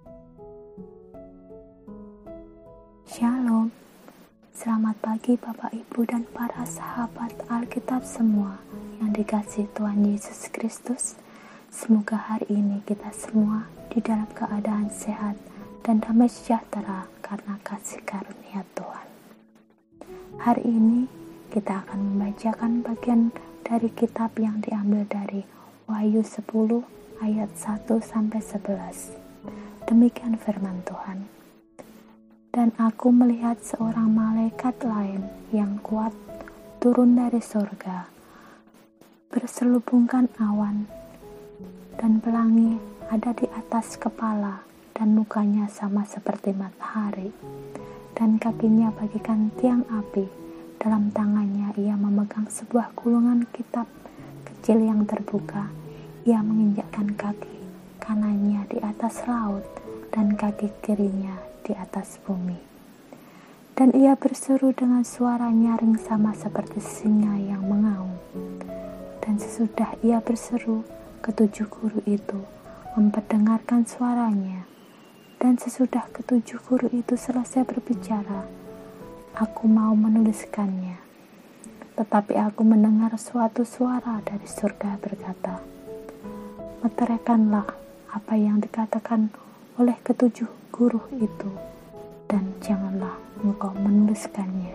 Shalom, selamat pagi Bapak Ibu dan para sahabat Alkitab semua yang dikasihi Tuhan Yesus Kristus. Semoga hari ini kita semua di dalam keadaan sehat dan damai sejahtera karena kasih karunia Tuhan. Hari ini kita akan membacakan bagian dari kitab yang diambil dari Wahyu 10 ayat 1-11. Demikian firman Tuhan. Dan aku melihat seorang malaikat lain yang kuat turun dari surga, berselubungkan awan, dan pelangi ada di atas kepala, dan mukanya sama seperti matahari, dan kakinya bagikan tiang api. Dalam tangannya ia memegang sebuah gulungan kitab kecil yang terbuka. Ia menginjakkan kaki kanannya di atas laut, dan kaki kirinya di atas bumi. Dan ia berseru dengan suara nyaring sama seperti singa yang mengaum. Dan sesudah ia berseru, ketujuh guru itu memperdengarkan suaranya. Dan sesudah ketujuh guru itu selesai berbicara, aku mau menuliskannya. Tetapi aku mendengar suatu suara dari surga berkata, meteraikanlah apa yang dikatakan oleh ketujuh guru itu, dan janganlah engkau menuliskannya.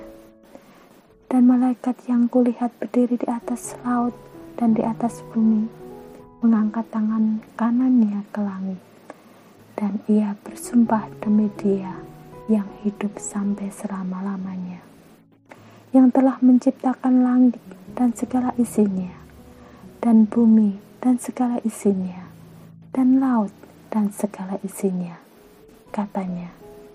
Dan malaikat yang kulihat berdiri di atas laut dan di atas bumi, mengangkat tangan kanannya ke langit, dan ia bersumpah demi Dia yang hidup sampai selama-lamanya, yang telah menciptakan langit dan segala isinya, dan bumi dan segala isinya, dan laut dan segala isinya. Katanya,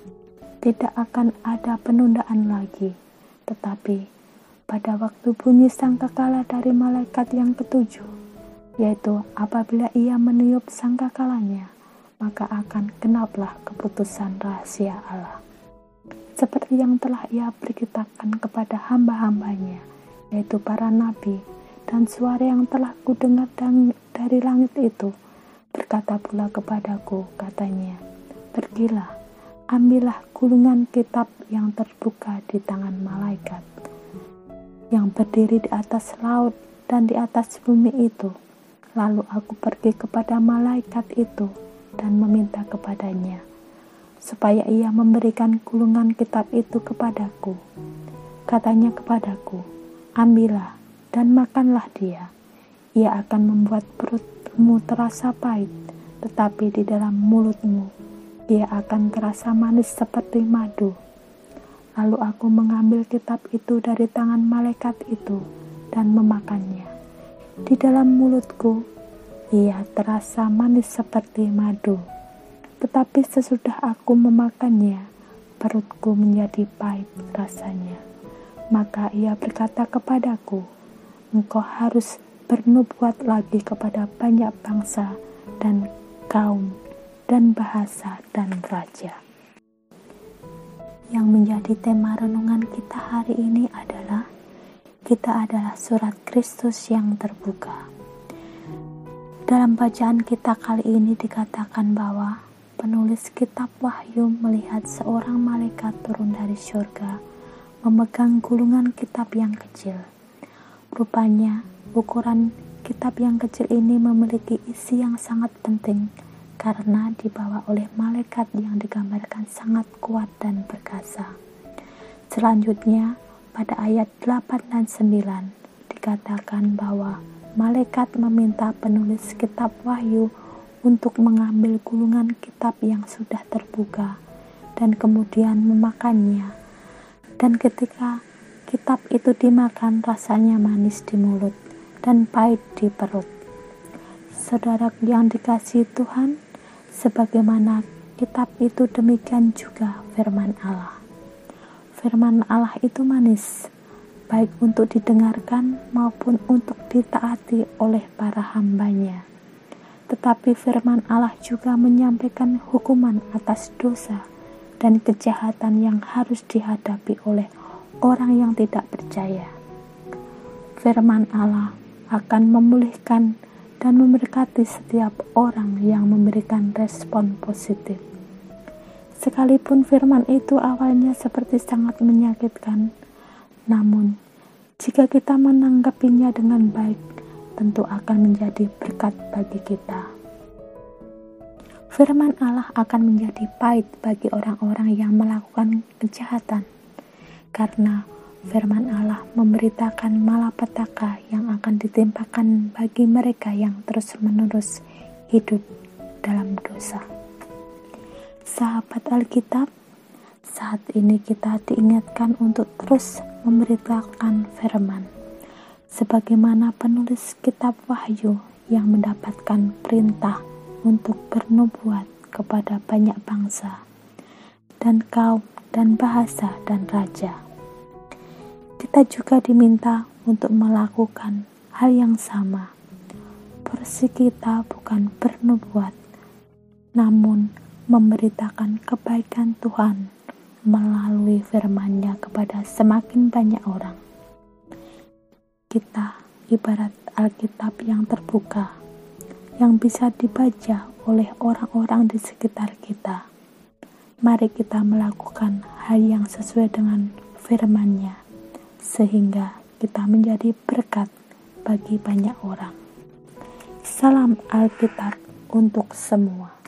tidak akan ada penundaan lagi, tetapi pada waktu bunyi sangkakala dari malaikat yang ketujuh, yaitu apabila ia meniup sangkakalanya, maka akan genaplah keputusan rahasia Allah, seperti yang telah ia beritakan kepada hamba-hambanya, yaitu para nabi. Dan suara yang telah kudengar dari langit itu berkata pula kepadaku, katanya, pergilah, ambillah gulungan kitab yang terbuka di tangan malaikat yang berdiri di atas laut dan di atas bumi itu. Lalu aku pergi kepada malaikat itu dan meminta kepadanya, supaya ia memberikan gulungan kitab itu kepadaku. Katanya kepadaku, ambillah dan makanlah dia. Ia akan membuat perutmu terasa pahit, tetapi di dalam mulutmu ia akan terasa manis seperti madu. Lalu aku mengambil kitab itu dari tangan malaikat itu dan memakannya. Di dalam mulutku ia terasa manis seperti madu, tetapi sesudah aku memakannya, perutku menjadi pahit rasanya. Maka ia berkata kepadaku, engkau harus bernubuat lagi kepada banyak bangsa dan kaum dan bahasa dan raja. Yang menjadi tema renungan kita hari ini adalah kita adalah surat Kristus yang terbuka. Dalam bacaan kita kali ini dikatakan bahwa penulis kitab Wahyu melihat seorang malaikat turun dari surga memegang gulungan kitab yang kecil. Rupanya ukuran kitab yang kecil ini memiliki isi yang sangat penting karena dibawa oleh malaikat yang digambarkan sangat kuat dan perkasa. Selanjutnya pada ayat 8 dan 9 dikatakan bahwa malaikat meminta penulis kitab Wahyu untuk mengambil gulungan kitab yang sudah terbuka dan kemudian memakannya. Dan ketika kitab itu dimakan, rasanya manis di mulut dan pahit di perut. Saudara yang dikasihi Tuhan, sebagaimana kitab itu demikian juga firman Allah. Firman Allah itu manis, baik untuk didengarkan maupun untuk ditaati oleh para hambanya. Tetapi firman Allah juga menyampaikan hukuman atas dosa dan kejahatan yang harus dihadapi oleh orang yang tidak percaya. Firman Allah akan memulihkan dan memberkati setiap orang yang memberikan respon positif. Sekalipun firman itu awalnya seperti sangat menyakitkan, namun jika kita menanggapinya dengan baik, tentu akan menjadi berkat bagi kita. Firman Allah akan menjadi pahit bagi orang-orang yang melakukan kejahatan, karena firman Allah memberitakan malapetaka yang akan ditimpakan bagi mereka yang terus-menerus hidup dalam dosa. Sahabat Alkitab, saat ini kita diingatkan untuk terus memberitakan firman, sebagaimana penulis kitab Wahyu yang mendapatkan perintah untuk bernubuat kepada banyak bangsa dan kaum dan bahasa dan raja. Kita juga diminta untuk melakukan hal yang sama. Porsi kita bukan bernubuat, namun memberitakan kebaikan Tuhan melalui firman-Nya kepada semakin banyak orang. Kita ibarat Alkitab yang terbuka, yang bisa dibaca oleh orang-orang di sekitar kita. Mari kita melakukan hal yang sesuai dengan firman-Nya, sehingga kita menjadi berkat bagi banyak orang. Salam Alkitab untuk semua.